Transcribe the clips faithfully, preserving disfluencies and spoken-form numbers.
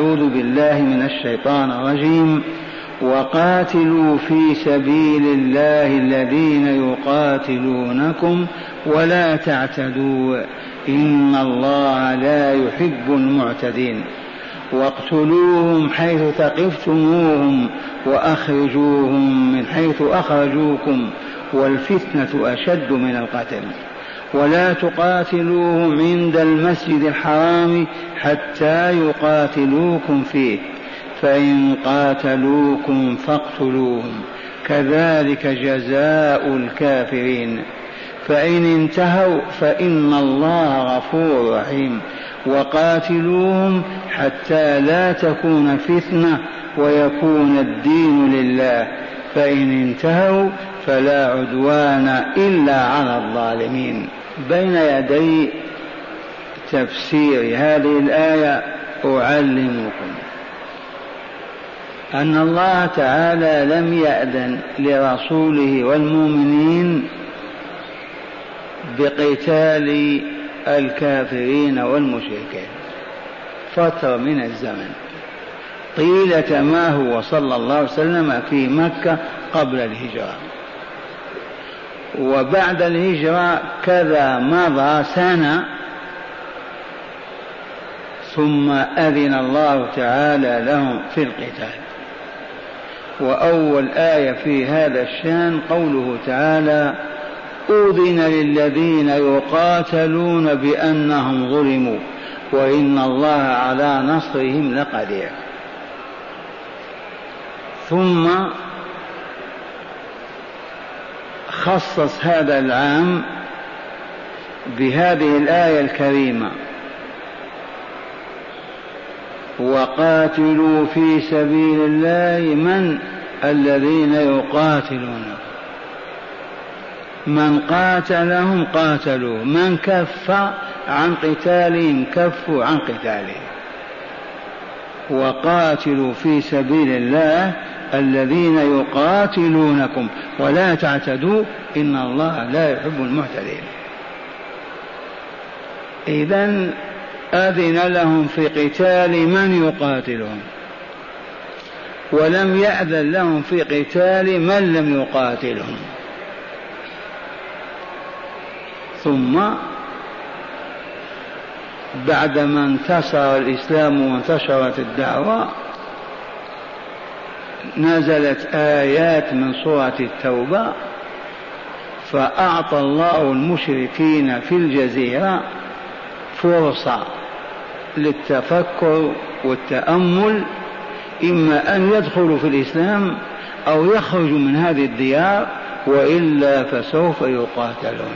أعوذ بالله من الشيطان الرجيم. وقاتلوا في سبيل الله الذين يقاتلونكم ولا تعتدوا إن الله لا يحب المعتدين. واقتلوهم حيث ثقفتموهم وأخرجوهم من حيث أخرجوكم والفتنة أشد من القتل. ولا تقاتلوهم عند المسجد الحرام حتى يقاتلوكم فيه فإن قاتلوكم فاقتلوهم كذلك جزاء الكافرين فإن انتهوا فإن الله غفور رحيم. وقاتلوهم حتى لا تكون فتنة ويكون الدين لله فإن انتهوا فلا عدوان إلا على الظالمين. بين يدي تفسير هذه الآية أعلمكم أن الله تعالى لم يأذن لرسوله والمؤمنين بقتال الكافرين والمشركين فترة من الزمن طيلة ما هو صلى الله عليه وسلم في مكة قبل الهجرة، وبعد الهجرة كذا مضى سنة ثم أذن الله تعالى لهم في القتال. وأول آية في هذا الشان قوله تعالى أذن للذين يقاتلون بأنهم ظلموا وإن الله على نصرهم لقدير. ثم خصص هذا العام بهذه الآية الكريمة وقاتلوا في سبيل الله من الذين يقاتلون، من قاتلهم قاتلوا، من كف عن قتالهم كفوا عن قتالهم. وقاتلوا في سبيل الله الذين يقاتلونكم ولا تعتدوا إن الله لا يحب المعتدين. إذن أذن لهم في قتال من يقاتلهم ولم يأذن لهم في قتال من لم يقاتلهم. ثم بعدما انتصر الإسلام وانتشرت الدعوة نزلت آيات من سورة التوبة فأعطى الله المشركين في الجزيرة فرصة للتفكر والتأمل، إما أن يدخلوا في الإسلام أو يخرجوا من هذه الديار وإلا فسوف يقاتلون.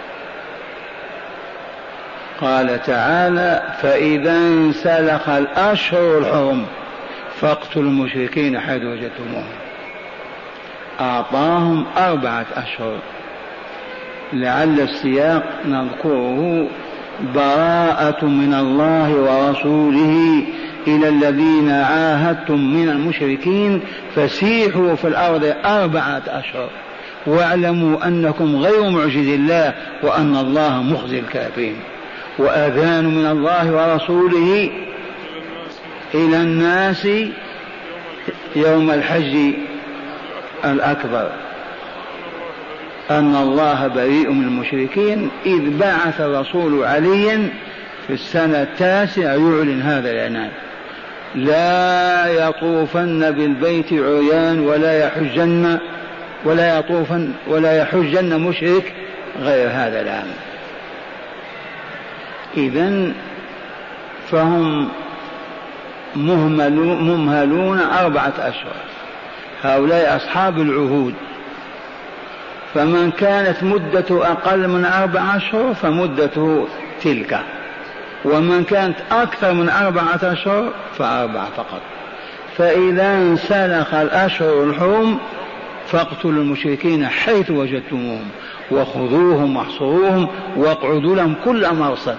قال تعالى فإذا انسلخ الأشهر الحرم فاقتلوا المشركين حيث وجدتموهم. أعطاهم أربعة أشهر، لعل السياق نذكره براءة من الله ورسوله إلى الذين عاهدتم من المشركين فسيحوا في الأرض أربعة أشهر واعلموا أنكم غير معجز الله وأن الله مخزي الكافرين. وأذان من الله ورسوله إلى الناس يوم الحج الأكبر أن الله بريء من المشركين، إذ بعث الرسول عليا في السنة التاسعة يعلن هذا الإعلان: لا يطوفن بالبيت عريان ولا يحجن ولا يطوفن ولا يحجن مشرك غير هذا العام. إذن فهم مهملون أربعة أشهر، هؤلاء أصحاب العهود، فمن كانت مدته أقل من أربعة أشهر فمدته تلك، ومن كانت أكثر من أربعة أشهر فأربعة فقط. فإذا انسلخ الأشهر الحرم فاقتلوا المشركين حيث وجدتموهم وخذوهم واحصروهم واقعدوا لهم كل مرصد.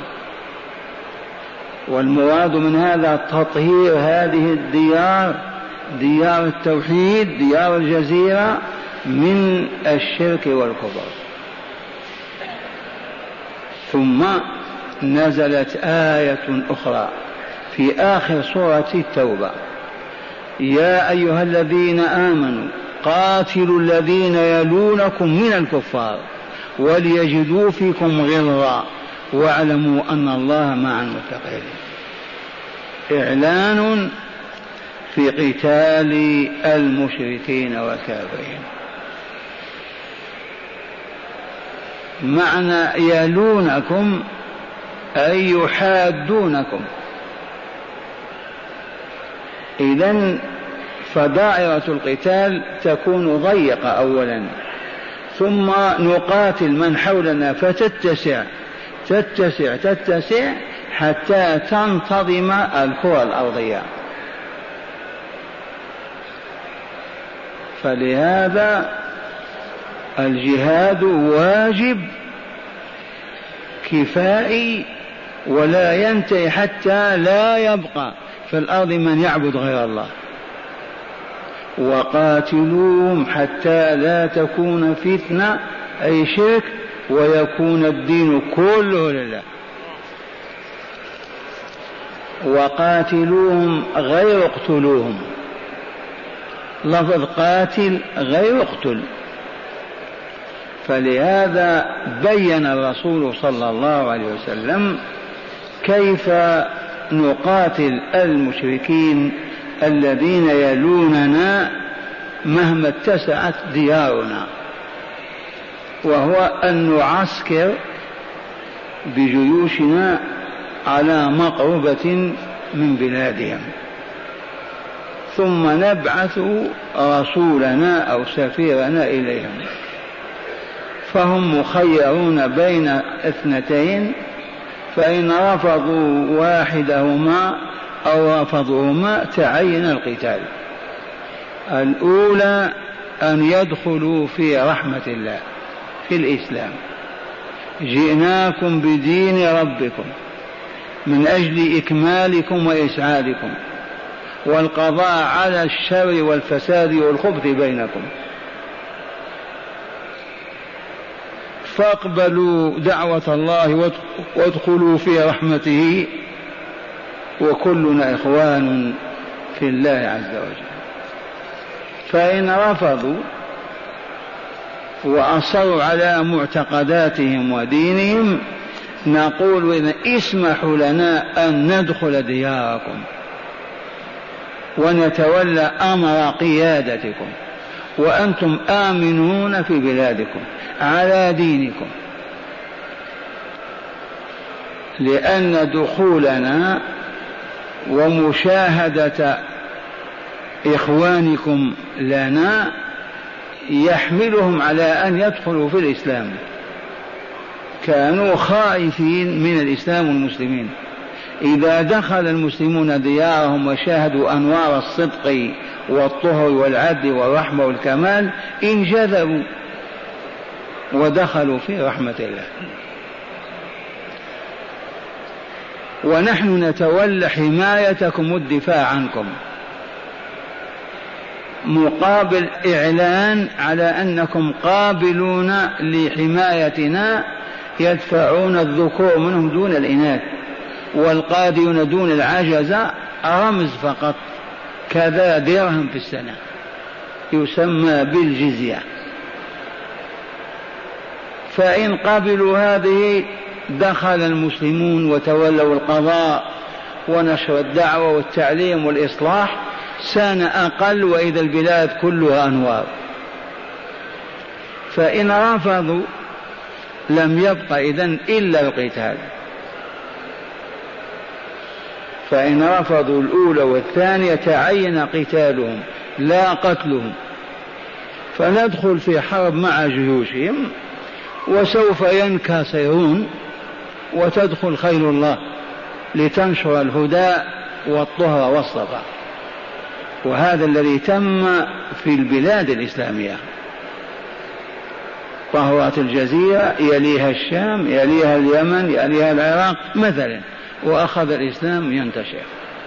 والمراد من هذا تطهير هذه الديار، ديار التوحيد، ديار الجزيرة، من الشرك والكفر. ثم نزلت آية أخرى في آخر سورة التوبة: يا أيها الذين آمنوا قاتلوا الذين يلونكم من الكفار وليجدوا فيكم غلظة واعلموا أن الله مع المتقين. إعلان في قتال المشركين والكافرين. معنى يلونكم أي يحادونكم. إذن فدائرة القتال تكون ضيقة أولا، ثم نقاتل من حولنا فتتسع تتسع تتسع حتى تنتظم الكرة الأرضية. فلهذا الجهاد واجب كفائي ولا ينتهي حتى لا يبقى في الأرض من يعبد غير الله. وقاتلوهم حتى لا تكون فتنة أي شرك ويكون الدين كله لله. وقاتلوهم غير اقتلوهم، لفظ قاتل غير اقتل. فلهذا بين الرسول صلى الله عليه وسلم كيف نقاتل المشركين الذين يلوننا مهما اتسعت ديارنا، وهو أن نعسكر بجيوشنا على مقربة من بلادهم، ثم نبعث رسولنا أو سفيرنا إليهم، فهم مخيرون بين اثنتين، فإن رفضوا واحدهما أو رفضوهما تعين القتال. الأولى أن يدخلوا في رحمة الله في الإسلام: جئناكم بدين ربكم من أجل إكمالكم وإسعادكم والقضاء على الشر والفساد والخبث بينكم، فاقبلوا دعوة الله وادخلوا في رحمته وكلنا إخوان في الله عز وجل. فإن رفضوا وأصروا على معتقداتهم ودينهم نقول: إذن اسمحوا لنا أن ندخل دياركم ونتولى أمر قيادتكم وأنتم آمنون في بلادكم على دينكم، لأن دخولنا ومشاهدة إخوانكم لنا يحملهم على أن يدخلوا في الإسلام. كانوا خائفين من الإسلام والمسلمين، إذا دخل المسلمون ديارهم وشاهدوا أنوار الصدق والطهر والعدل والرحمة والكمال انجذبوا ودخلوا في رحمة الله. ونحن نتولى حمايتكم والدفاع عنكم، مقابل إعلان على أنكم قابلون لحمايتنا. يدفعون الذكور منهم دون الإناث والقادرون دون العجزة، رمز فقط، كذا درهم في السنة يسمى بالجزية. فإن قبلوا هذه دخل المسلمون وتولوا القضاء ونشر الدعوة والتعليم والإصلاح سنة أقل، وإذا البلاد كلها أنوار. فإن رفضوا لم يبق إذن إلا القتال. فإن رفضوا الأولى والثانية تعين قتالهم لا قتلهم، فندخل في حرب مع جيوشهم وسوف ينكسرون وتدخل خيل الله لتنشر الهدى والطهر والصفا. وهذا الذي تم في البلاد الإسلامية. طهرت الجزيرة، يليها الشام، يليها اليمن، يليها العراق مثلا، وأخذ الإسلام ينتشر.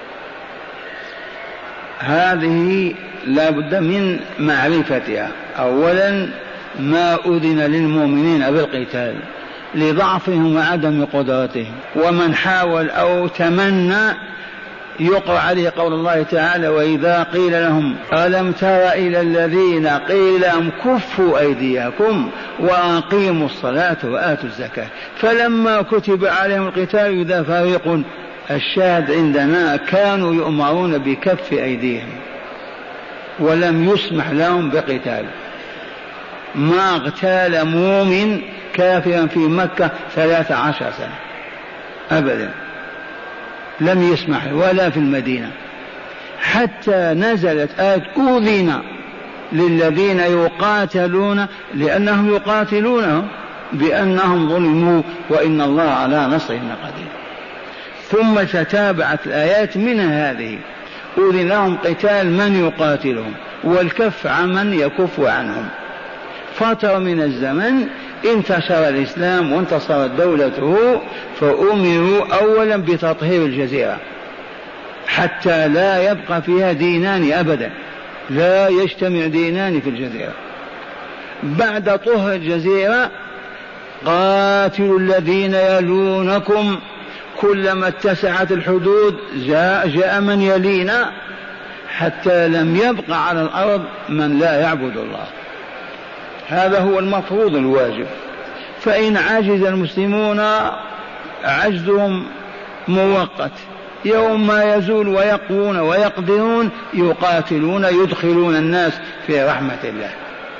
هذه لا بد من معرفتها. أولا ما أذن للمؤمنين بالقتال لضعفهم وعدم قدرتهم، ومن حاول أو تمنى يقرأ عليه قول الله تعالى: وإذا قيل لهم ألم تر إلى الذين قيل لهم كفوا أيديكم وأقيموا الصلاة وآتوا الزكاة فلما كتب عليهم القتال إذا فريق. الشاهد عندنا كانوا يؤمرون بكف أيديهم ولم يسمح لهم بقتال. ما اغتال مؤمن كافرا في مكة ثلاث عشر سنة أبدا، لم يسمح، ولا في المدينة، حتى نزلت آية أذن للذين يقاتلون لأنهم يقاتلونهم بأنهم ظلموا وإن الله على نصرهم قدير. ثم تتابعت الآيات من هذه: أذن لهم قتال من يقاتلهم والكف عمن يكف عنهم. فترة من الزمن انتشر الإسلام وانتصرت دولته، فأمروا أولا بتطهير الجزيرة حتى لا يبقى فيها دينان أبدا، لا يجتمع دينان في الجزيرة. بعد طهر الجزيرة قاتلوا الذين يلونكم، كلما اتسعت الحدود جاء, جاء من يلينا حتى لم يبقى على الأرض من لا يعبد الله. هذا هو المفروض الواجب. فإن عجز المسلمون عجزهم مؤقت، يوم ما يزول ويقوون ويقدرون يقاتلون يدخلون الناس في رحمة الله.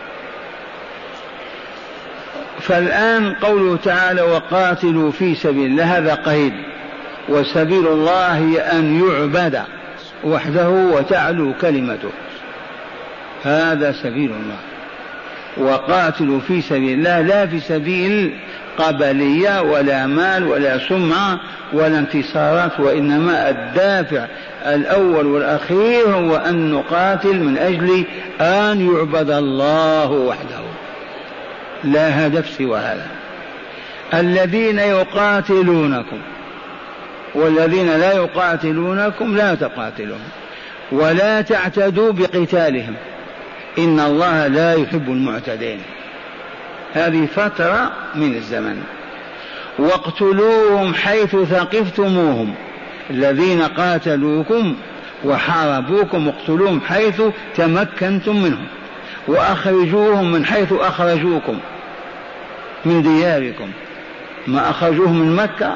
فالآن قوله تعالى: وقاتلوا في سبيل الله، هذا قيد، وسبيل الله هي أن يعبد وحده وتعلو كلمته، هذا سبيل الله. وقاتلوا في سبيل الله، لا في سبيل قبلية ولا مال ولا سمعة ولا انتصارات، وإنما الدافع الأول والأخير هو أن نقاتل من أجل أن يعبد الله وحده، لا هدف سوى هذا. الذين يقاتلونكم والذين لا يقاتلونكم لا تقاتلهم ولا تعتدوا بقتالهم إن الله لا يحب المعتدين. هذه فترة من الزمن. واقتلوهم حيث ثقفتموهم، الذين قاتلوكم وحاربوكم اقتلوهم حيث تمكنتم منهم، وأخرجوهم من حيث أخرجوكم من دياركم، ما أخرجوهم من مكة.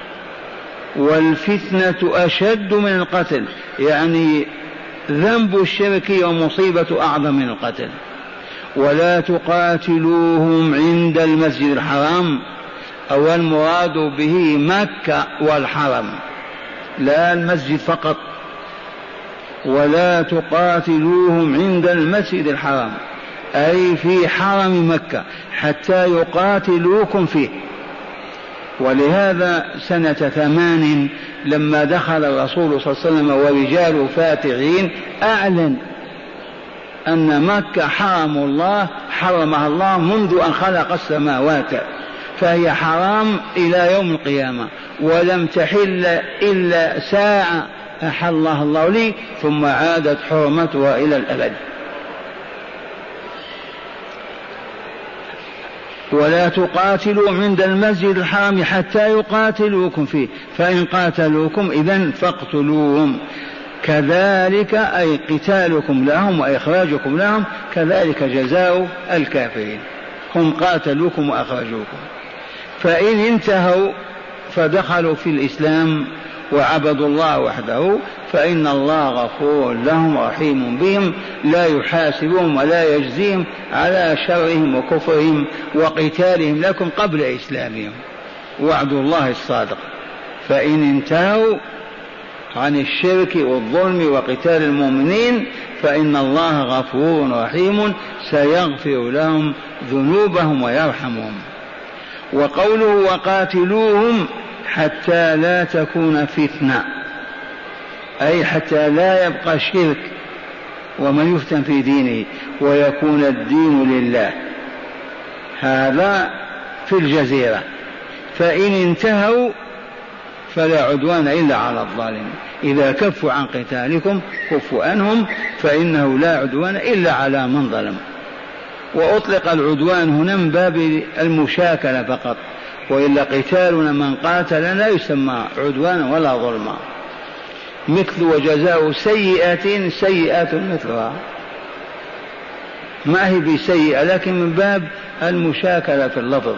والفتنة أشد من القتل، يعني ذنب الشرك ومصيبة أعظم من القتل. ولا تقاتلوهم عند المسجد الحرام، أو المراد به مكة والحرم لا المسجد فقط. ولا تقاتلوهم عند المسجد الحرام أي في حرم مكة حتى يقاتلوكم فيه. ولهذا سنة ثمان لما دخل الرسول صلى الله عليه وسلم ورجال فاتحين أعلن أن مكة حرم الله، حرمها الله منذ أن خلق السماوات، فهي حرام إلى يوم القيامة، ولم تحل إلا ساعة أحلها الله لي ثم عادت حرمتها إلى الأبد. ولا تقاتلوا عند المسجد الحرام حتى يقاتلوكم فيه، فإن قاتلوكم إذن فاقتلوهم، كذلك أي قتالكم لهم وإخراجكم لهم كذلك جزاء الكافرين، هم قاتلوكم وأخرجوكم. فإن انتهوا فدخلوا في الإسلام وعبدوا الله وحده فإن الله غفور لهم رحيم بهم، لا يحاسبهم ولا يجزيهم على شرهم وكفرهم وقتالهم لكم قبل إسلامهم، وعد الله الصادق. فإن انتهوا عن الشرك والظلم وقتال المؤمنين فإن الله غفور رحيم سيغفر لهم ذنوبهم ويرحمهم. وقوله وقاتلوهم حتى لا تكون فتنة، أي حتى لا يبقى شرك ومن يفتن في دينه ويكون الدين لله، هذا في الجزيرة. فإن انتهوا فلا عدوان إلا على الظالمين، إذا كفوا عن قتالكم كفوا عنهم فإنه لا عدوان إلا على من ظلم. وأطلق العدوان هنا من باب المشاكلة فقط، وإلا قتالنا من قاتل لا يسمى عدوانا ولا ظلما. مثل وجزاء سيئة سيئة مثلها، ما هي بسيئة لكن من باب المشاكلة في اللفظ.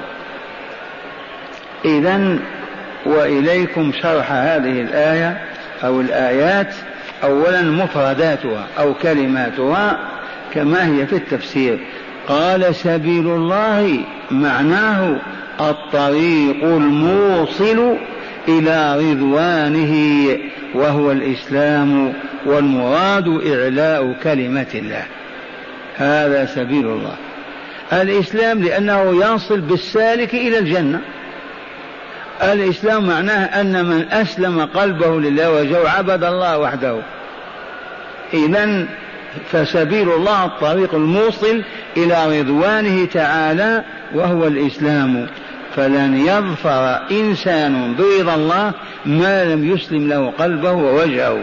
إذن وإليكم شرح هذه الآية أو الآيات. أولا مفرداتها أو كلماتها كما هي في التفسير. قال سبيل الله معناه الطريق الموصل إلى رضوانه وهو الإسلام، والمراد إعلاء كلمة الله، هذا سبيل الله. الإسلام لأنه يصل بالسالك إلى الجنة. الإسلام معناه أن من أسلم قلبه لله وجهه عبد الله وحده. إذن فسبيل الله الطريق الموصل إلى رضوانه تعالى وهو الإسلام، فلن يظفر إنسان برضا الله ما لم يسلم له قلبه ووجهه.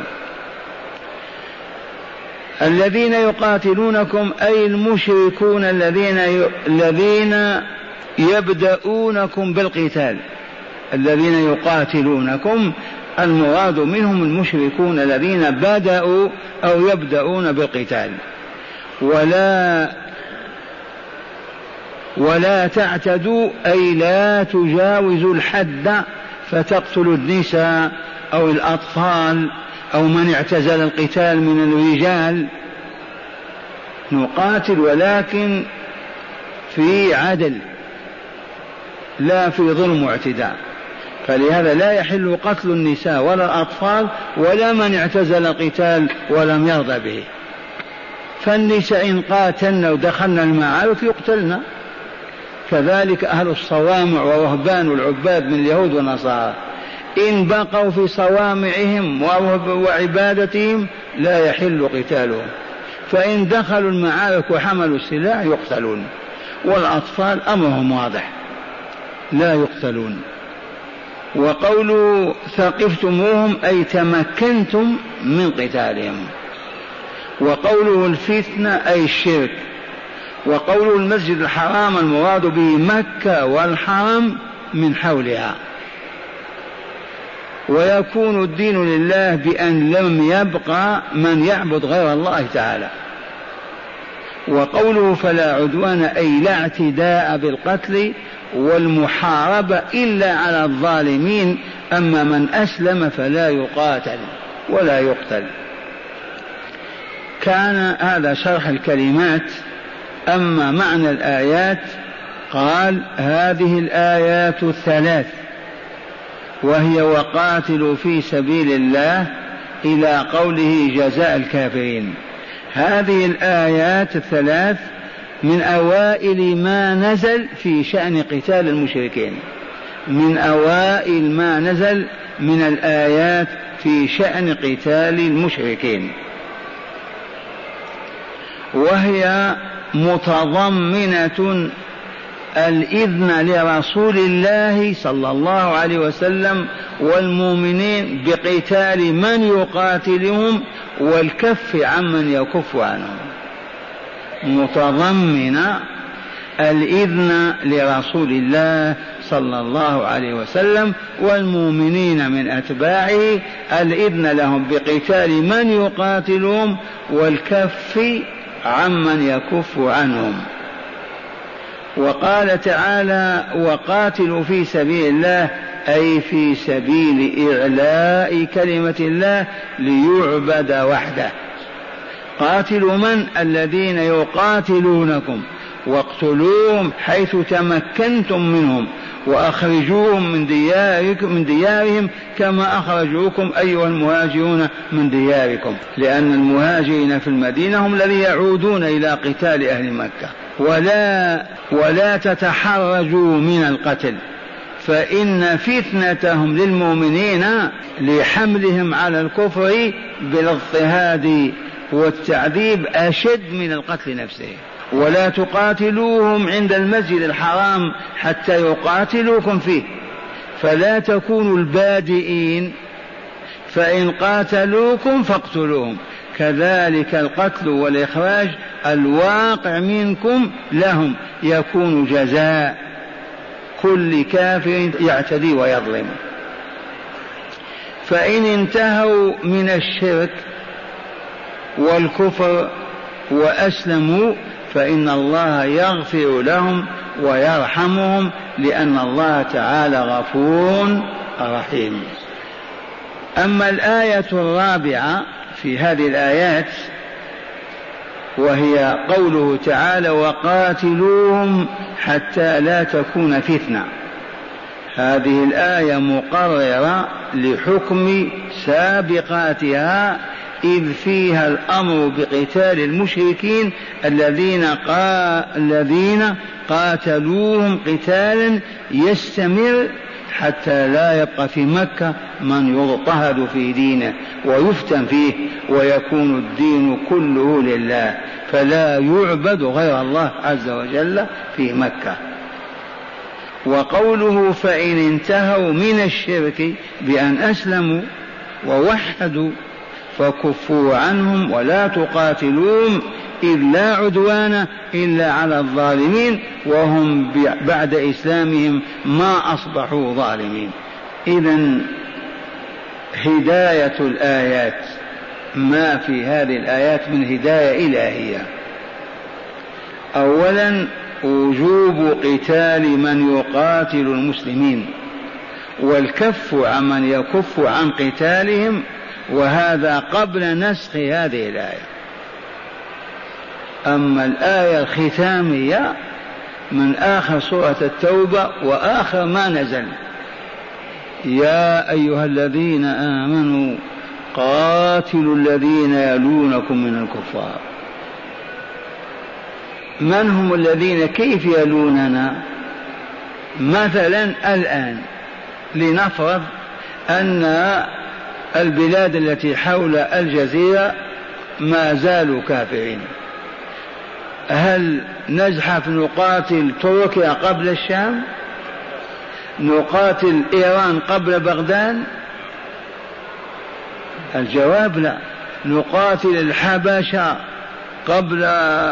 الذين يقاتلونكم أي المشركون الذين الذين يبدأونكم بالقتال، الذين يقاتلونكم المراد منهم المشركون الذين بدأوا أو يبدأون بالقتال. ولا ولا تعتدوا أي لا تجاوزوا الحد فتقتلوا النساء أو الأطفال أو من اعتزل القتال من الرجال. نقاتل ولكن في عدل لا في ظلم واعتداء، فلهذا لا يحل قتل النساء ولا الأطفال ولا من اعتزل القتال ولم يرضى به. فالنساء إن قاتلنا ودخلنا المعارك يقتلنا، كذلك أهل الصوامع ورهبان العباد من اليهود والنصارى إن بقوا في صوامعهم وعبادتهم لا يحل قتالهم، فإن دخلوا المعارك وحملوا السلاح يقتلون. والأطفال أمرهم واضح لا يقتلون. وقولوا ثقفتموهم أي تمكنتم من قتالهم. وقوله الفتنة أي الشرك. وقوله المسجد الحرام المراد به مكة والحرم من حولها. ويكون الدين لله بأن لم يبقى من يعبد غير الله تعالى. وقوله فلا عدوان أي لا اعتداء بالقتل والمحاربة إلا على الظالمين، أما من أسلم فلا يقاتل ولا يقتل. كان هذا شرح الكلمات. أما معنى الآيات قال هذه الآيات الثلاث وهي وقاتلوا في سبيل الله إلى قوله جزاء الكافرين. هذه الآيات الثلاث من أوائل ما نزل في شأن قتال المشركين، من أوائل ما نزل من الآيات في شأن قتال المشركين، وهي متضمنة الإذن لرسول الله صلى الله عليه وسلم والمؤمنين بقتال من يقاتلهم والكف عمن يكف عنهم. متضمنة الإذن لرسول الله صلى الله عليه وسلم والمؤمنين من أتباعه، الإذن لهم بقتال من يقاتلهم والكف عمن يكف عنهم. وقال تعالى وقاتلوا في سبيل الله أي في سبيل إعلاء كلمة الله ليعبد وحده. قاتلوا من؟ الذين يقاتلونكم واقتلوهم حيث تمكنتم منهم وأخرجوهم من دياركم من ديارهم كما أخرجوكم أيها المهاجرون من دياركم، لأن المهاجرين في المدينة هم الذين يعودون إلى قتال أهل مكة. ولا ولا تتحرجوا من القتل، فإن فتنتهم للمؤمنين لحملهم على الكفر بالاضطهاد والتعذيب أشد من القتل نفسه. ولا تقاتلوهم عند المسجد الحرام حتى يقاتلوكم فيه، فلا تكونوا البادئين، فإن قاتلوكم فاقتلوهم. كذلك القتل والإخراج الواقع منكم لهم يكون جزاء كل كافر يعتدي ويظلم. فإن انتهوا من الشرك والكفر وأسلموا فإن الله يغفر لهم ويرحمهم، لأن الله تعالى غفور رحيم. أما الآية الرابعة في هذه الآيات وهي قوله تعالى وقاتلوهم حتى لا تكون فتنة، هذه الآية مقررة لحكم سابقاتها، إذ فيها الأمر بقتال المشركين الذين قا... الذين قاتلوهم قتالا يستمر حتى لا يبقى في مكة من يضطهد في دينه ويفتن فيه ويكون الدين كله لله، فلا يعبد غير الله عز وجل في مكة. وقوله فإن انتهوا من الشرك بأن أسلموا ووحدوا فكفوا عنهم ولا تقاتلوهم، إذ لا عدوان إلا على الظالمين وهم بعد إسلامهم ما أصبحوا ظالمين. إذن هداية الآيات، ما في هذه الآيات من هداية إلهية. أولا وجوب قتال من يقاتل المسلمين والكف عن من يكف عن قتالهم، وهذا قبل نسخ هذه الآية. أما الآية الختامية من آخر سورة التوبة وآخر ما نزل: يا أيها الذين آمنوا قاتلوا الذين يلونكم من الكفار. من هم الذين؟ كيف يلوننا؟ مثلا الآن لنفرض أن البلاد التي حول الجزيرة ما زالوا كافرين، هل نزحف نقاتل تركيا قبل الشام؟ نقاتل إيران قبل بغداد؟ الجواب لا. نقاتل الحبشة قبل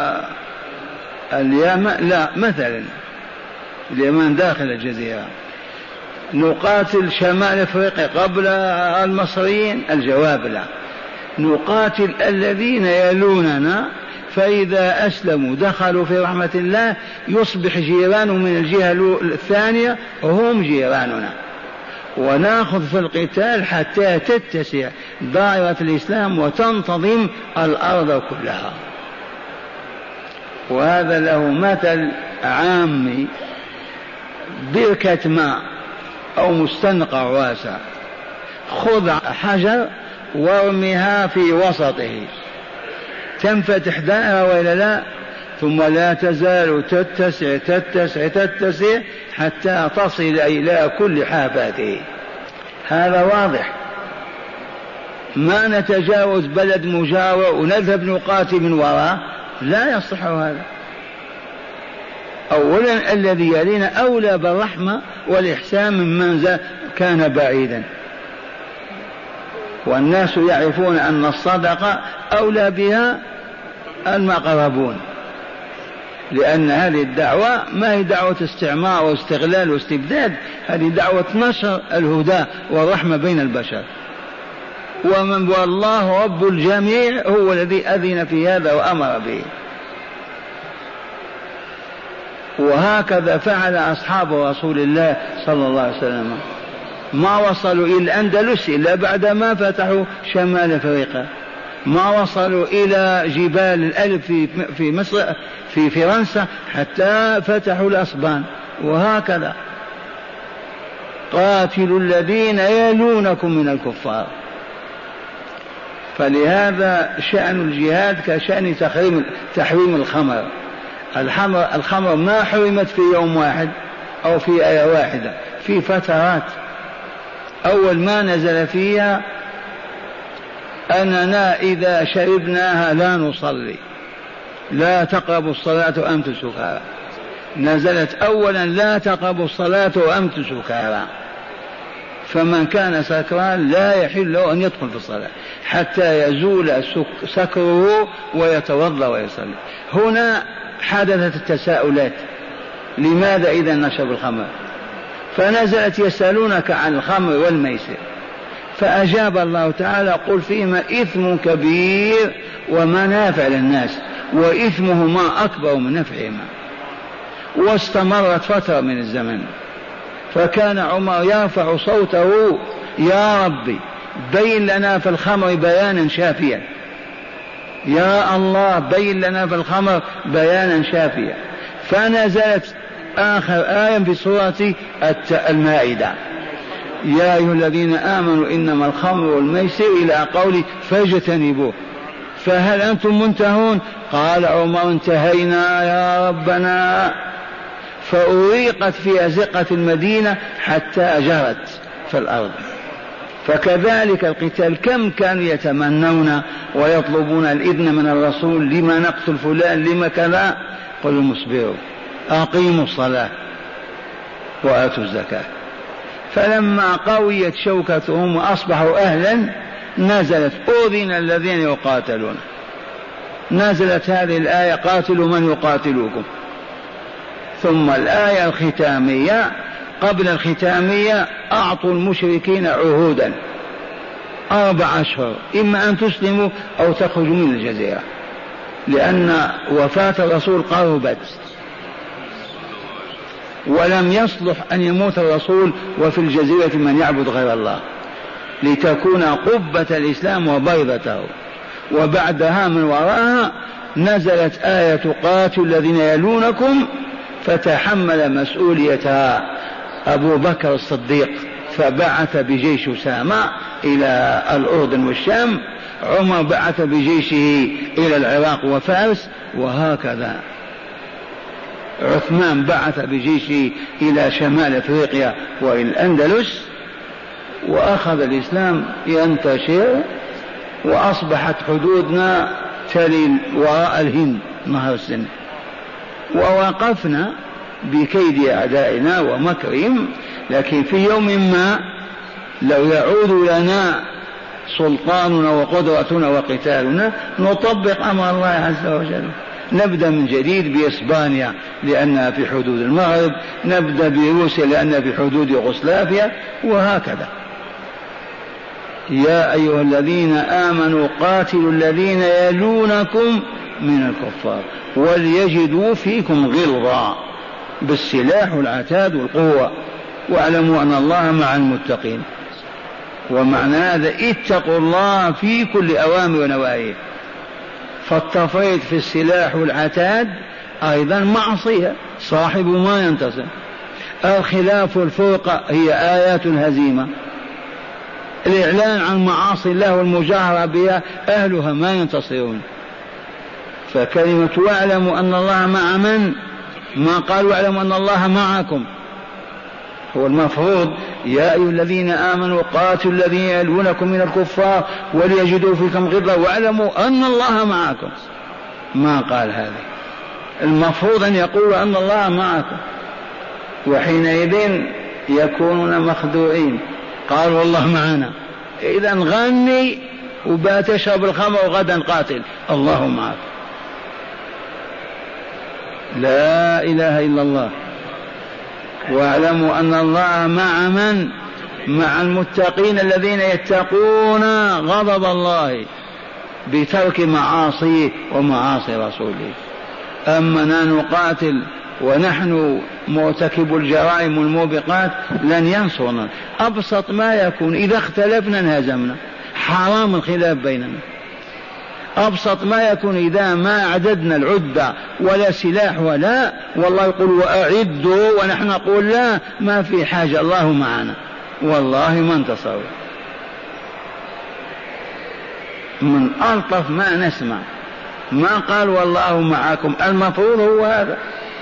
اليمن؟ لا. مثلا اليمن داخل الجزيرة. نقاتل شمال أفريقيا قبل المصريين؟ الجواب لا. نقاتل الذين يلوننا، فإذا أسلموا دخلوا في رحمة الله يصبح جيران من الجهة الثانية هم جيراننا، ونأخذ في القتال حتى تتسع دائرة الإسلام وتنتظم الأرض كلها. وهذا له مثل عامي: بركة ماء أو مستنقع واسع، خذ حجر وارمها في وسطه، تنفتح دائرة وإلا لا؟ ثم لا تزال تتسع تتسع تتسع حتى تصل إلى كل حافاته. هذا واضح. ما نتجاوز بلد مجاور ونذهب نقاتل من وراء، لا يصح هذا. أولا الذي يلينا أولى بالرحمة والإحسان ممن كان بعيدا، والناس يعرفون أن الصدقة أولى بها المقربون، لأن هذه الدعوة ما هي دعوة استعمار واستغلال واستبداد، هذه دعوة نشر الهدى والرحمة بين البشر. ومن والله رب الجميع هو الذي أذن في هذا وأمر به. وهكذا فعل أصحاب رسول الله صلى الله عليه وسلم، ما وصلوا إلى الأندلس إلا بعدما فتحوا شمال أفريقيا، ما وصلوا إلى جبال الألب في في مصر في فرنسا حتى فتحوا الأسبان. وهكذا قاتلوا الذين يلونكم من الكفار. فلهذا شأن الجهاد كشأن تحريم تحريم الخمر. الخمر الخمر ما حرمت في يوم واحد أو في آية واحدة، في فترات. أول ما نزل فيها أننا إذا شربناها لا نصلي، لا تقربوا الصلاة وأنتم سكارى. نزلت أولا لا تقربوا الصلاة وأنتم سكارى، فمن كان سكران لا يحل له أن يدخل في الصلاة حتى يزول سكره ويتوضأ ويصلي. هنا حدثت التساؤلات: لماذا إذا نشرب الخمر؟ فنزلت يسألونك عن الخمر والميسر، فأجاب الله تعالى قل فيهما إثم كبير ومنافع للناس وإثمهما أكبر من نفعهما. واستمرت فترة من الزمن، فكان عمر يرفع صوته يا ربي بين لنا في الخمر بيانا شافيا، يا الله بين لنا في الخمر بيانا شافيا. فنزلت آخر آية في سورة المائدة يا أيها الذين آمنوا إنما الخمر والميسر إلى قول فاجتنبوه فهل أنتم منتهون؟ قال عمر انتهينا يا ربنا. فأريقت في أزقة المدينة حتى جرت في الأرض. فكذلك القتال، كم كانوا يتمنون ويطلبون الإذن من الرسول لما نقتل فلان لما كذا، قلوا مصبروا أقيموا الصلاة وآتوا الزكاة. فلما قويت شوكتهم وأصبحوا أهلا نزلت أذن الذين يقاتلون، نزلت هذه الآية قاتلوا من يقاتلوكم. ثم الآية الختامية قبل الختامية أعطوا المشركين عهودا أربع أشهر إما أن تسلموا أو تخرجوا من الجزيرة، لأن وفاة الرسول قربت ولم يصلح أن يموت الرسول وفي الجزيرة من يعبد غير الله، لتكون قبة الإسلام وبيضته. وبعدها من وراءها نزلت آية قاتل الذين يلونكم، فتحمل مسؤوليتها أبو بكر الصديق فبعث بجيش أسامة إلى الأردن والشام، عمر بعث بجيشه إلى العراق وفارس، وهكذا عثمان بعث بجيشه إلى شمال أفريقيا وإلى الأندلس، وأخذ الإسلام ينتشر، وأصبحت حدودنا تلي وراء الهند نهر السن. ووقفنا بكيد أعدائنا ومكرهم، لكن في يوم ما لو يعود لنا سلطاننا وقدرتنا وقتالنا نطبق أمر الله عز وجل. نبدأ من جديد بإسبانيا لأنها في حدود المغرب، نبدأ بروسيا لأنها في حدود يوغوسلافيا، وهكذا. يا أيها الذين آمنوا قاتلوا الذين يلونكم من الكفار وليجدوا فيكم غلظة بالسلاح والعتاد والقوة واعلموا أن الله مع المتقين. ومعنى هذا اتقوا الله في كل أوامر ونواهيه. فالتفريط في السلاح والعتاد أيضا معصية صاحب ما ينتصر. الخلاف والفرقة هي آيات الهزيمة. الإعلان عن معاصي الله والمجاهرة بها أهلها ما ينتصرون. فكلمة واعلموا أن الله مع من؟ ما قال واعلموا أن الله معكم. هو المفروض يا أيها الذين آمنوا قاتلوا الذين يلونكم من الكفار وليجدوا فيكم غلظة واعلموا أن الله معكم. ما قال هذا. المفروض أن يقول أن الله معكم، وحينئذ يكونون مخدوعين. قال والله معنا، إذا غني وبات تشرب الخمر وغدا قاتل، الله معك. لا إله إلا الله. واعلموا أن الله مع من؟ مع المتقين الذين يتقون غضب الله بترك معاصيه ومعاصي رسوله. أما نقاتل ونحن مرتكب الجرائم والموبقات لن ينصرنا. أبسط ما يكون إذا اختلفنا انهزمنا، حرام الخلاف بيننا. أبسط ما يكون إذا ما عددنا العدة ولا سلاح ولا، والله يقول وأعدوا ونحن نقول لا ما في حاجة الله معنا، والله ما انتصروا. من ألطف ما نسمع، ما قال والله معكم، المفروض هو هذا.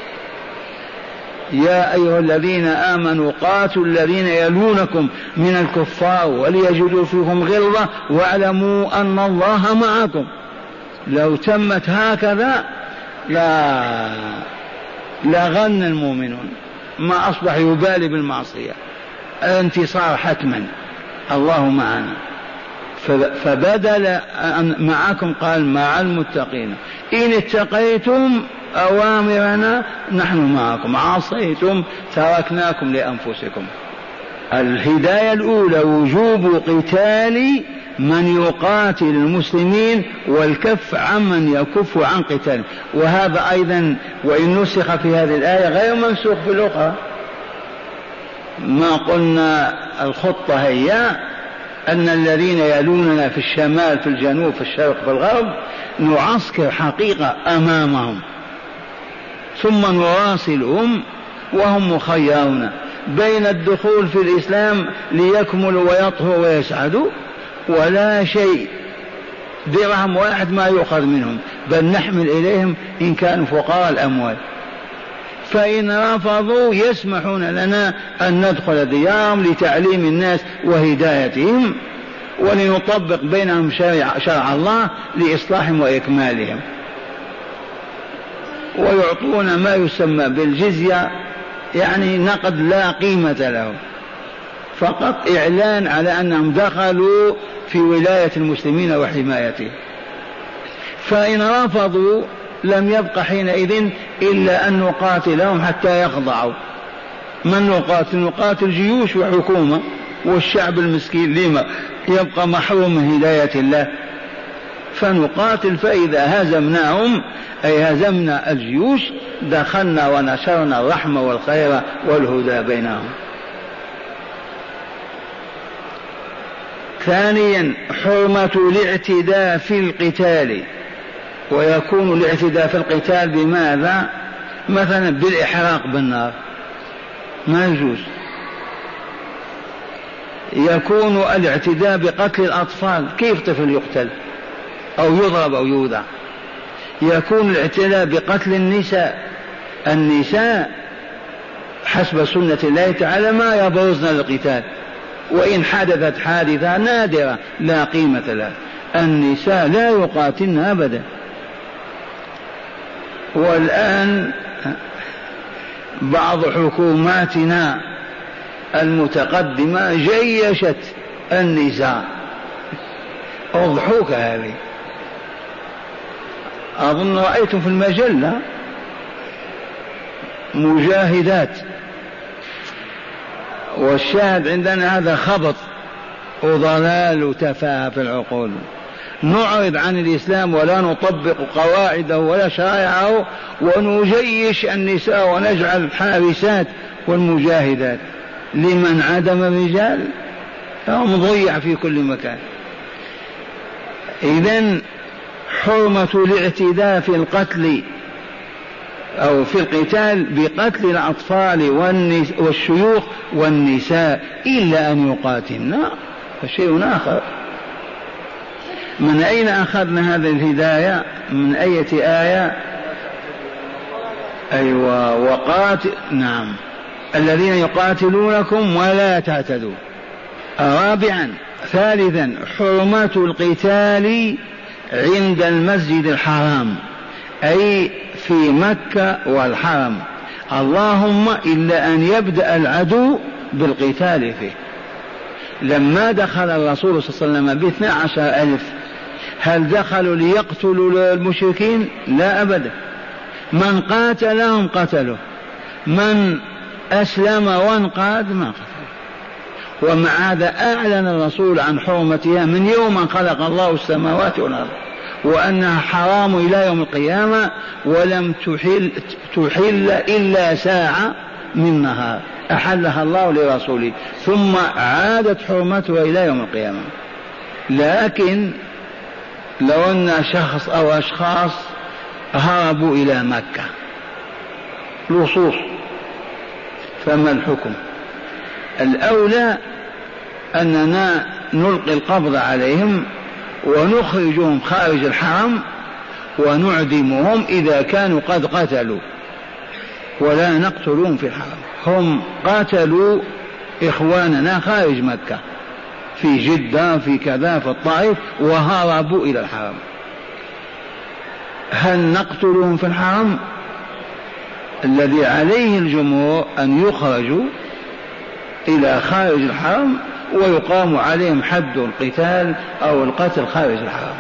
يا أيها الذين آمنوا قاتلوا الذين يلونكم من الكفار وليجدوا فيكم غلظة واعلموا أن الله معكم. لو تمت هكذا لا لغنى المؤمنون، ما أصبح يبالي بالمعصية. الانتصار حتما، الله معنا. فبدل معكم قال مع المتقين. إن اتقيتم أوامرنا نحن معكم، عصيتم تركناكم لأنفسكم. الهداية الأولى وجوب قتال من يقاتل المسلمين والكف عمن يكف عن قتال، وهذا أيضا وإن نسخ في هذه الآية غير منسوخ في الأخرى. ما قلنا الخطة هي أن الذين يلوننا في الشمال في الجنوب في الشرق في الغرب نعسكر حقيقة أمامهم ثم نواصلهم وهم مخيرون بين الدخول في الإسلام ليكملوا ويطهروا ويسعدوا ولا شيء، درهم واحد ما يؤخذ منهم، بل نحمل إليهم إن كانوا فقراء الأموال. فإن رفضوا يسمحون لنا أن ندخل ديارهم لتعليم الناس وهدايتهم ولنطبق بينهم شرع, شرع الله لإصلاحهم وإكمالهم، ويعطون ما يسمى بالجزية، يعني نقد لا قيمة له، فقط إعلان على أنهم دخلوا في ولاية المسلمين وحمايته. فإن رفضوا لم يبق حينئذ إلا أن نقاتلهم حتى يخضعوا. من نقاتل؟ نقاتل جيوش وحكومة، والشعب المسكين لما يبقى محروم من هداية الله؟ فنقاتل، فإذا هزمناهم أي هزمنا الجيوش دخلنا ونشرنا الرحمة والخير والهدى بينهم. ثانيا حرمة الاعتداء في القتال، ويكون الاعتداء في القتال بماذا؟ مثلا بالإحراق بالنار ما يجوز. يكون الاعتداء بقتل الأطفال، كيف طفل يقتل أو يضرب أو يوضع؟ يكون الاعتداء بقتل النساء، النساء حسب سنة الله تعالى ما يبرزن للقتال، وإن حدثت حادثة نادرة لا قيمة لها، النساء لا يقاتلن أبدا. والآن بعض حكوماتنا المتقدمة جيشت النساء، أضحوك هذه، أظن رأيتم في المجلة مجاهدات، والشاهد عندنا هذا خبط وضلال وتفاهة في العقول. نعرض عن الإسلام ولا نطبق قواعده ولا شرائعه ونجيش النساء ونجعل حارسات والمجاهدات، لمن عدم الرجال فهم ضيع في كل مكان. إذن حرمة الاعتداء في القتل أو في القتال بقتل الأطفال والشيوخ والنساء إلا أن يقاتلنا فشيء آخر. من أين أخذنا هذه الهداية؟ من أية آية؟ أيوة وقاتل، نعم، الذين يقاتلونكم ولا تعتدوا. رابعا ثالثا حرمة القتال عند المسجد الحرام، أي في مكة والحرم، اللهم إلا أن يبدأ العدو بالقتال فيه. لما دخل الرسول صلى الله عليه وسلم باثنى عشر ألف، هل دخلوا ليقتلوا المشركين؟ لا أبدا. من قاتلهم قتلوا، من أسلم وانقاد ما قتلوا. ومع هذا أعلن الرسول عن حرمتها من يوم أن خلق الله السماوات والأرض، وأنها حرام إلى يوم القيامة، ولم تحل, تحل إلا ساعة من نهار أحلها الله لرسوله، ثم عادت حرمتها إلى يوم القيامة. لكن لو أن شخص أو أشخاص هربوا إلى مكة لصوص، فما الحكم؟ الأولى أننا نلقي القبض عليهم ونخرجهم خارج الحرم ونعدمهم إذا كانوا قد قتلوا، ولا نقتلهم في الحرم. هم قاتلوا إخواننا خارج مكة في جدة في كذا في الطائف وهربوا إلى الحرم، هل نقتلهم في الحرم؟ الذي عليه الجمهور أن يخرجوا إلى خارج الحرم ويقام عليهم حد القتال أو القتل خارج الحرم،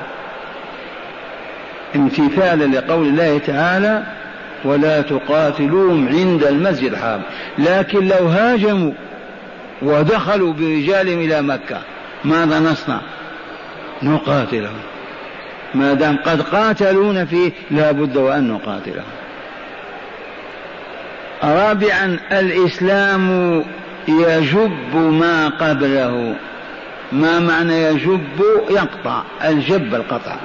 امتثالا لقول الله تعالى ولا تقاتلوهم عند المسجد الحرام. لكن لو هاجموا ودخلوا برجالهم إلى مكة، ماذا نصنع؟ نقاتلهم، ما دام قد قاتلون فيه لا بد وأن نقاتلهم. رابعا الإسلام يجب ما قبله. ما معنى يجب؟ يقطع، الجب القطع.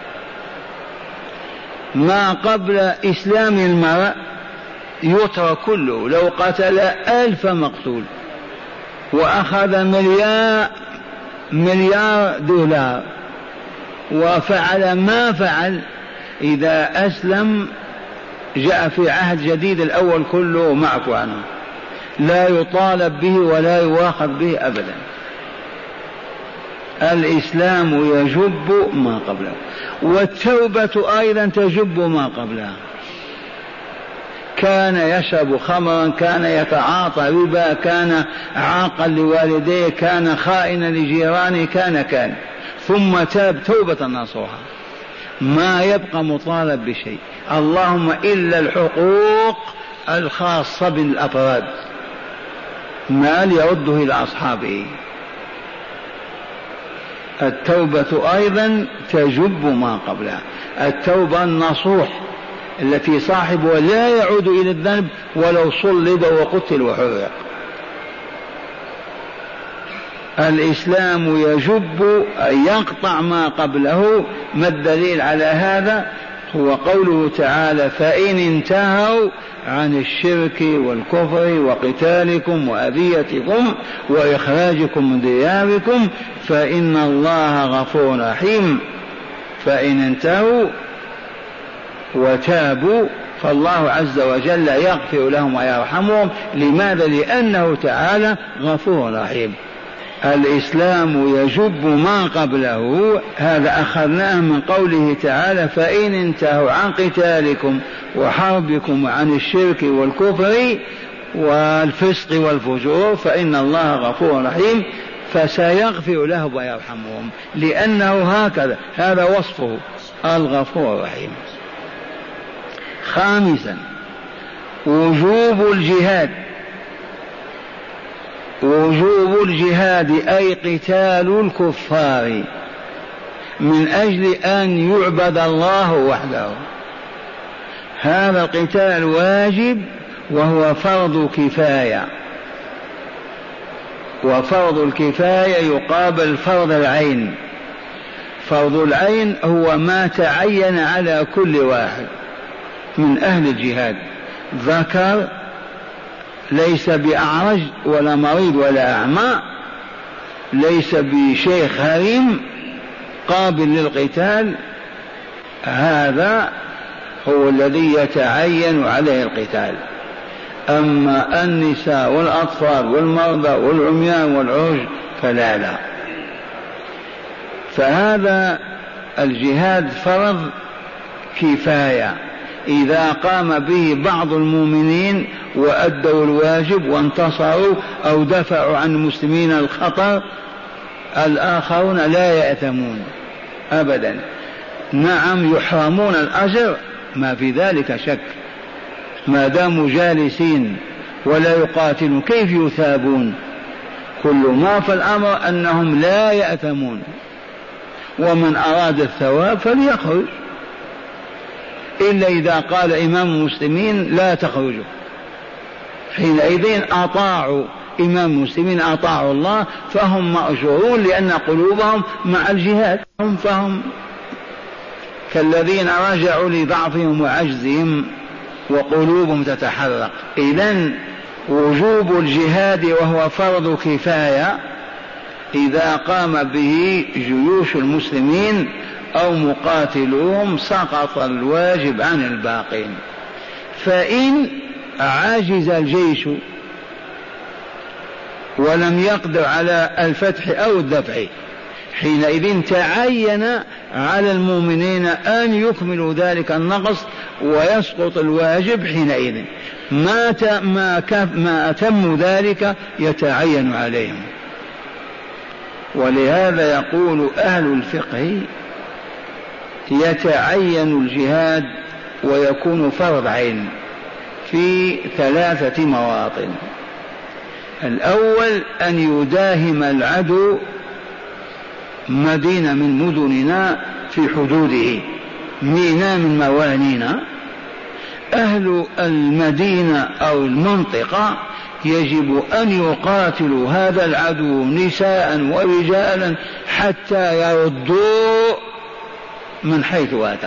ما قبل إسلام المرء يترك كله. لو قتل ألف مقتول وأخذ مليار مليار دولار وفعل ما فعل، إذا أسلم جاء في عهد جديد الأول كله معفو عنه، لا يطالب به ولا يواخذ به أبدا. الإسلام يجب ما قبله، والتوبة أيضا تجب ما قبلها. كان يشرب خمرا، كان يتعاطى ربا، كان عاقا لوالديه، كان خائنا لجيرانه، كان كان ثم تاب توبة نصوحا، ما يبقى مطالب بشيء، اللهم إلا الحقوق الخاصة بالأفراد، مال يرده إلى أصحابه. التوبة أيضا تجب ما قبلها. التوبة النصوح التي صاحبها لا يعود إلى الذنب ولو صلب وقتل وحرق. الإسلام يجب أن يقطع ما قبله. ما الدليل على هذا؟ هو قوله تعالى فإن انتهوا عن الشرك والكفر وقتالكم وأذيتكم وإخراجكم من دياركم فإن الله غفور رحيم. فإن انتهوا وتابوا فالله عز وجل يغفر لهم ويرحمهم. لماذا؟ لأنه تعالى غفور رحيم. الإسلام يجب ما قبله. هذا أخذناه من قوله تعالى فإن انتهوا عن قتالكم وحربكم عن الشرك والكفر والفسق والفجور فإن الله غفور رحيم، فسيغفر لهم ويرحمهم، لأنه هكذا، هذا وصفه الغفور الرحيم. خامسا وجوب الجهاد. وجوب الجهاد أي قتال الكفار من أجل أن يعبد الله وحده. هذا القتال واجب وهو فرض كفاية، وفرض الكفاية يقابل فرض العين. فرض العين هو ما تعين على كل واحد من أهل الجهاد، ذكر ليس بأعرج ولا مريض ولا أعمى، ليس بشيخ هريم، قابل للقتال، هذا هو الذي يتعين عليه القتال. أما النساء والأطفال والمرضى والعميان والعرج فلا لا. فهذا الجهاد فرض كفاية، إذا قام به بعض المؤمنين وأدوا الواجب وانتصروا أو دفعوا عن المسلمين الخطر، الآخرون لا يأثمون أبدا. نعم يحرمون الأجر، ما في ذلك شك، ما داموا جالسين ولا يقاتلون كيف يثابون؟ كل ما في الأمر أنهم لا يأثمون، ومن أراد الثواب فليخرج، إلا إذا قال إمام المسلمين لا تخرجوا، حينئذ أطاعوا إمام المسلمين، أطاعوا الله، فهم مأجورون لأن قلوبهم مع الجهاد، فهم كالذين رجعوا لضعفهم وعجزهم وقلوبهم تتحرك. إذن وجوب الجهاد وهو فرض كفاية إذا قام به جيوش المسلمين أو مقاتلوهم سقط الواجب عن الباقين. فإن عجز الجيش ولم يقدر على الفتح أو الدفع، حينئذ تعين على المؤمنين أن يكملوا ذلك النقص ويسقط الواجب. حينئذ ما ما ما أتموا ذلك يتعين عليهم. ولهذا يقول أهل الفقه يتعين الجهاد ويكون فرض عين في ثلاثة مواطن. الأول أن يداهم العدو مدينة من مدننا في حدوده، ميناء من موانينا، أهل المدينة أو المنطقة يجب أن يقاتلوا هذا العدو نساء ورجالا حتى يردوا من حيث أتى،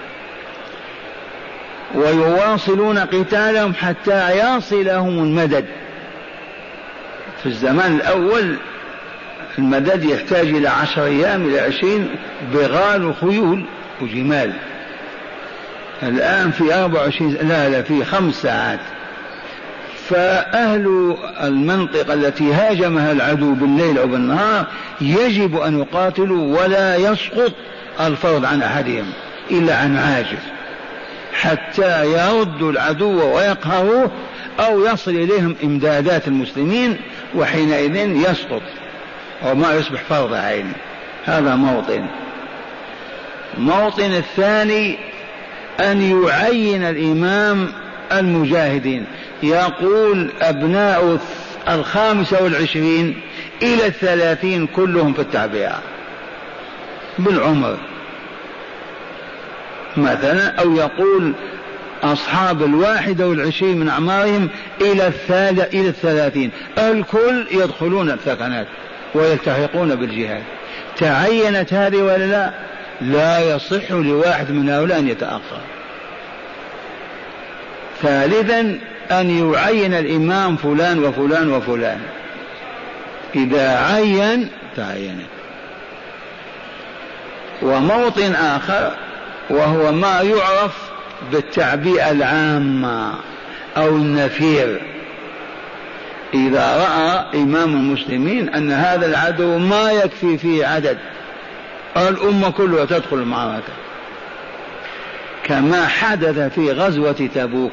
ويواصلون قتالهم حتى يصلهم المدد. في الزمان الأول المدد يحتاج إلى عشر أيام إلى عشرين بغال وخيول وجمال. الآن في أربع وعشرين لا لا في خمس ساعات. فأهل المنطقة التي هاجمها العدو بالليل أو بالنهار يجب أن يقاتلوا ولا يسقط الفرض عن أحدهم إلا عن عاجز، حتى يردوا العدو ويقهروه أو يصل إليهم إمدادات المسلمين، وحينئذ يسقط وما يصبح فرض عين. هذا موطن. موطن الثاني أن يعين الإمام المجاهدين، يقول أبناء الخامسة والعشرين إلى الثلاثين كلهم في التعبئة بالعمر مثلا، أو يقول أصحاب الواحدة والعشرين من أعمارهم إلى الثالث إلى الثلاثين الكل يدخلون الثقنات ويلتحقون بالجهاد. تعينت هذه ولا لا؟ لا يصح لواحد من هؤلاء أن يتأخر. ثالثا أن يعين الإمام فلان وفلان وفلان، إذا عين تعين. وموطن آخر وهو ما يعرف بالتعبئة العامة أو النفير، إذا رأى إمام المسلمين أن هذا العدو ما يكفي فيه عدد الأمة كلها تدخل المعركة، كما حدث في غزوة تبوك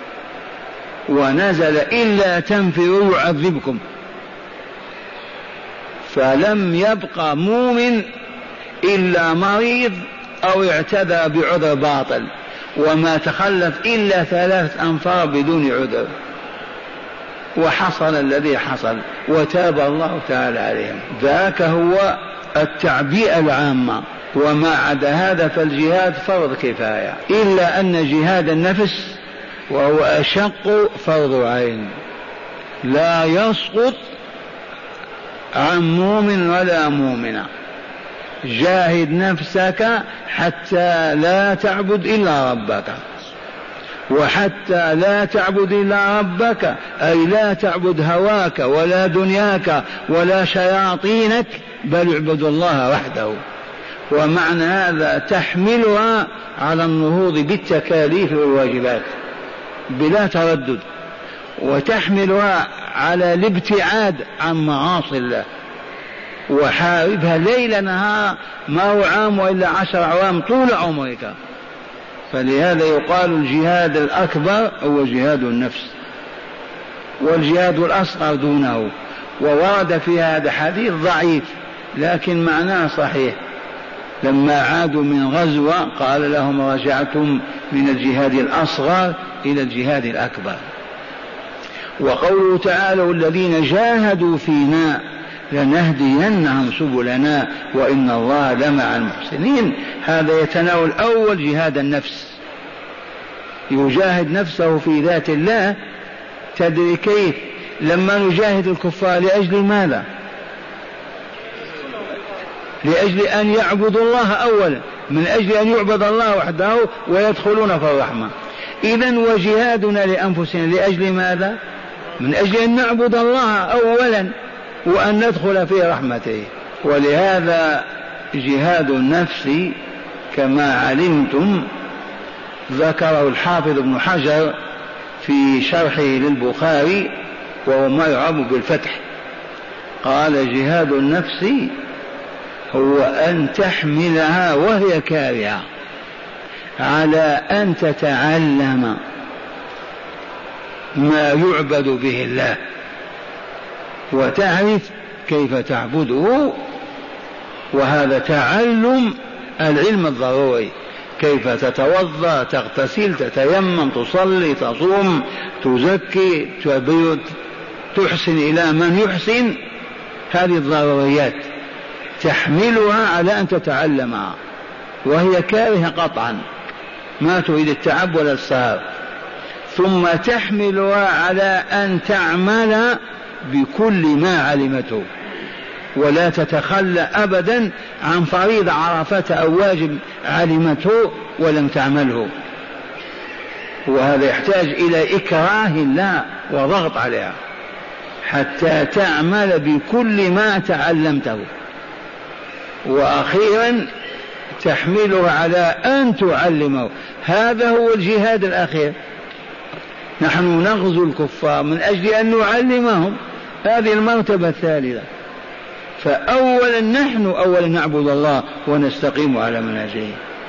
ونزل إلا تنفروا يعذبكم، فلم يبقى مؤمن إلا مريض أو اعتذر بعذر باطل، وما تخلف إلا ثلاث أنفار بدون عذر، وحصل الذي حصل وتاب الله تعالى عليهم. ذاك هو التعبئة العامة. وما عدا هذا فالجهاد فرض كفاية، إلا أن جهاد النفس وهو أشق فرض عين، لا يسقط عن مؤمن ولا مؤمنة. جاهد نفسك حتى لا تعبد إلا ربك، وحتى لا تعبد إلا ربك أي لا تعبد هواك ولا دنياك ولا شياطينك، بل اعبد الله وحده. ومعنى هذا تحملها على النهوض بالتكاليف والواجبات بلا تردد، وتحملها على الابتعاد عن معاصي الله، وحاربها ليل نهار، ما هو عام وإلا عشر أعوام طول عمرك. فلهذا يقال الجهاد الأكبر هو جهاد النفس، والجهاد الأصغر دونه. وورد في هذا حديث ضعيف لكن معناه صحيح، لما عادوا من غزوة قال لهم رجعتم من الجهاد الأصغر إلى الجهاد الأكبر. وقوله تعالى والذين جاهدوا فينا لنهدينهم سبلنا وإن الله لمع المحسنين، هذا يتناول أول جهاد النفس، يجاهد نفسه في ذات الله. تدري كيف؟ لما نجاهد الكفار لأجل ماذا؟ لأجل أن يعبدوا الله أولا، من أجل أن يعبد الله وحده ويدخلون في الرحمة. إذن وجهادنا لأنفسنا لأجل ماذا؟ من أجل أن نعبد الله أولا وأن ندخل في رحمته. ولهذا جهاد النفس كما علمتم ذكره الحافظ ابن حجر في شرحه للبخاري وهو ما يعرف بالفتح، قال جهاد النفس هو أن تحملها وهي كارهة على أن تتعلم ما يعبد به الله وتعرف كيف تعبده، وهذا تعلم العلم الضروري، كيف تتوضأ تغتسل تتيمم تصلي تصوم تزكي تحسن إلى من يحسن، هذه الضروريات تحملها على أن تتعلمها وهي كارهة قطعا، ما تريد التعب ولا السهر، ثم تحملها على أن تعمل بكل ما علمته ولا تتخلى أبدا عن فريضة عرفته أو واجب علمته ولم تعمله، وهذا يحتاج إلى إكراه الله وضغط عليها حتى تعمل بكل ما تعلمته. وأخيرا تحمله على أن تعلمه، هذا هو الجهاد الأخير. نحن نغزو الكفار من أجل أن نعلمهم، هذه المرتبة الثالثة. فأولا نحن أولا نعبد الله ونستقيم على منهجه،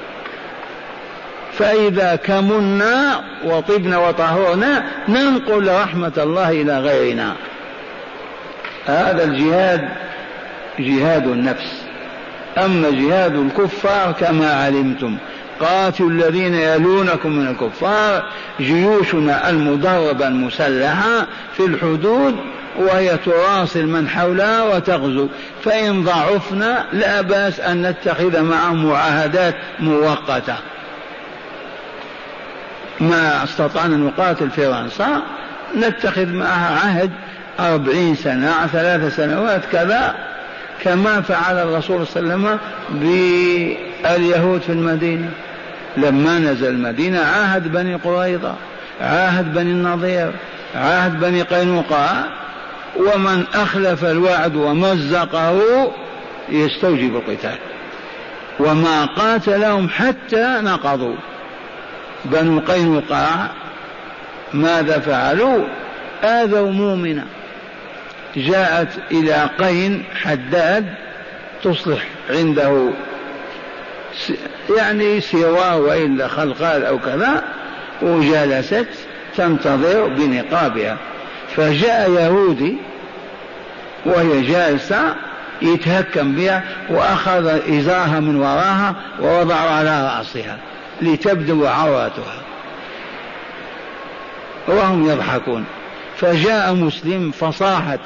فإذا كمنا وطبنا وطهرنا ننقل رحمة الله إلى غيرنا. هذا الجهاد جهاد النفس. أما جهاد الكفار كما علمتم قاتلوا الذين يلونكم من الكفار، جيوشنا المدربة المسلحة في الحدود وهي تواصل من حولها وتغزو، فإن ضعفنا لا بأس أن نتخذ معهم معاهدات مؤقتة. ما استطعنا نقاتل فرنسا نتخذ معها عهد أربعين سنة ثلاث سنوات كذا، كما فعل الرسول صلى الله عليه وسلم باليهود في المدينة لما نزل المدينة، عاهد بني قريظة، عاهد بني النضير، عاهد بني قينقاع، ومن أخلف الوعد ومزقه يستوجب القتال، وما قاتلهم حتى نقضوا. بنو قينقاع ماذا فعلوا؟ آذوا مؤمنا، جاءت إلى قين حداد تصلح عنده يعني سواه وإلا خلقال أو كذا، وجلست تنتظر بنقابها، فجاء يهودي وهي جالسة يتهكم بها وأخذ إزارها من وراها ووضعه على رأسها لتبدو عوراتها وهم يضحكون. فجاء مسلم فصاحت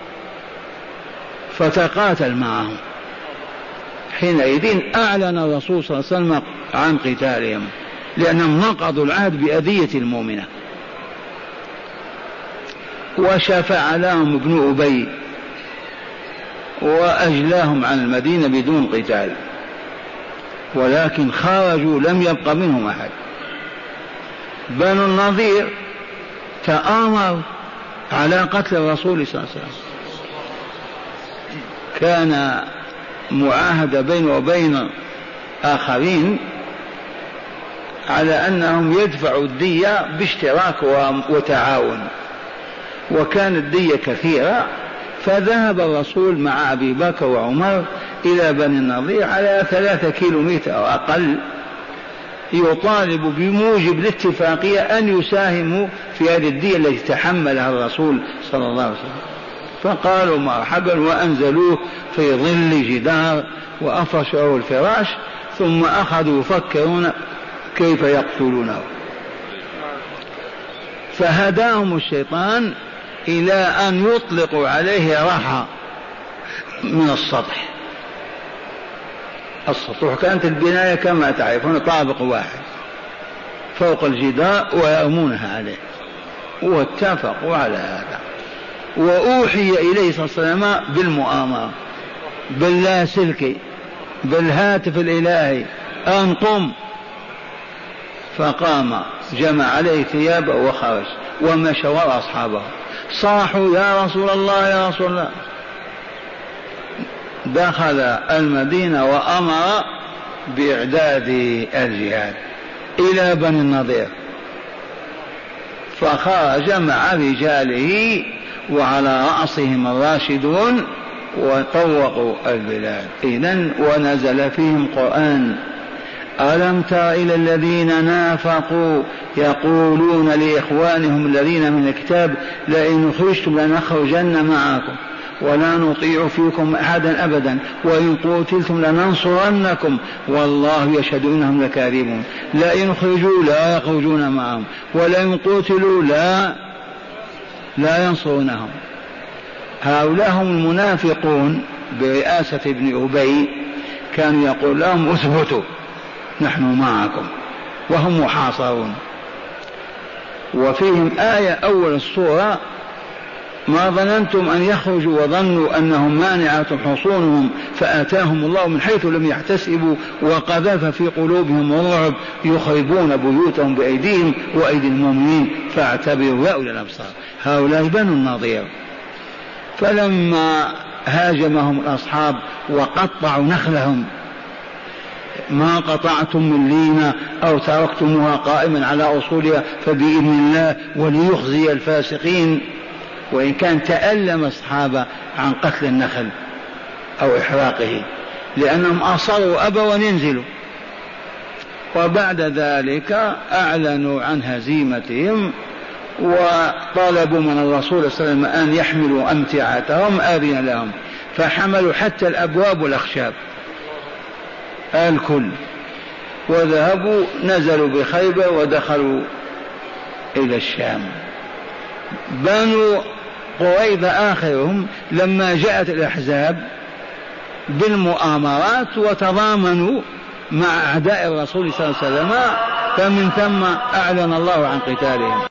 فتقاتل معهم. حينئذ أعلن الرسول صلى الله عليه وسلم عن قتالهم لأنهم نقضوا العهد بأذية المؤمنة، وشفع لهم ابن أبي وأجلاهم عن المدينة بدون قتال، ولكن خرجوا لم يبق منهم أحد. بنو النضير تآمروا على قتل الرسول صلى الله عليه وسلم، كان معاهدة بينه وبين آخرين على أنهم يدفعوا الدية باشتراك وتعاون، وكانت الدية كثيرة، فذهب الرسول مع أبي بكر وعمر إلى بني النضير على ثلاثة كيلو متر أو أقل، يطالب بموجب الاتفاقية أن يساهموا في هذه الدية التي تحملها الرسول صلى الله عليه وسلم. فقالوا مرحبا، وأنزلوه في ظل جدار وأفرشوا الفراش، ثم أخذوا يفكرون كيف يقتلونه. فهداهم الشيطان إلى أن يطلقوا عليه رحى من السطح. السطح كانت البناية كما تعرفون طابق واحد فوق الجدار ويرمونها عليه، واتفقوا على هذا. وأوحي إليه صلى الله عليه وسلم بالمؤامرة باللاسلكي بالهاتف الإلهي أن قم، فقام جمع عليه ثيابه وخرج ومشى وراء أصحابه، صاحوا يا رسول الله يا رسول الله. دخل المدينة وأمر بإعداد الجهاد إلى بني النضير، فخرج مع رجاله وعلى رأسهم الراشدون وطوقوا البلاد. إذن ونزل فيهم قرآن: ألم تر إلى الذين نافقوا يقولون لإخوانهم الذين من الكتاب لئن خرجتم لنخرجن معكم ولا نطيع فيكم أحدا أبدا وإن قتلتم لننصرنكم والله يشهد إنهم لكاذبون. لئن خرجوا لا يخرجون معهم ولئن قتلوا لا لا ينصرونهم. هؤلاء هم المنافقون برئاسة ابن أبي، كانوا يقول لهم اثبتوا نحن معكم وهم محاصرون. وفيهم آية أول السورة: ما ظننتم أن يخرجوا وظنوا أنهم مانعة حصونهم فآتاهم الله من حيث لم يحتسبوا وقذف في قلوبهم الرعب يخربون بيوتهم بأيديهم وأيدي المؤمنين فاعتبروا يا أولي الأبصار. هؤلاء بنو النضير. فلما هاجمهم الأصحاب وقطعوا نخلهم: ما قطعتم من لينة أو تركتموها قائما على أصولها فبإذن الله وليخزي الفاسقين. وإن كان تألم الصحابة عن قتل النخل أو إحراقه لأنهم أصروا أبوا ينزلوا. وبعد ذلك أعلنوا عن هزيمتهم وطلبوا من الرسول صلى الله عليه وسلم أن يحملوا أمتعتهم، أذن لهم فحملوا حتى الأبواب والأخشاب الكل وذهبوا نزلوا بخيبر ودخلوا إلى الشام. بنو قريظة آخرهم لما جاءت الأحزاب بالمؤامرات وتضامنوا مع أعداء الرسول صلى الله عليه وسلم فمن ثم أعلن الله عن قتالهم.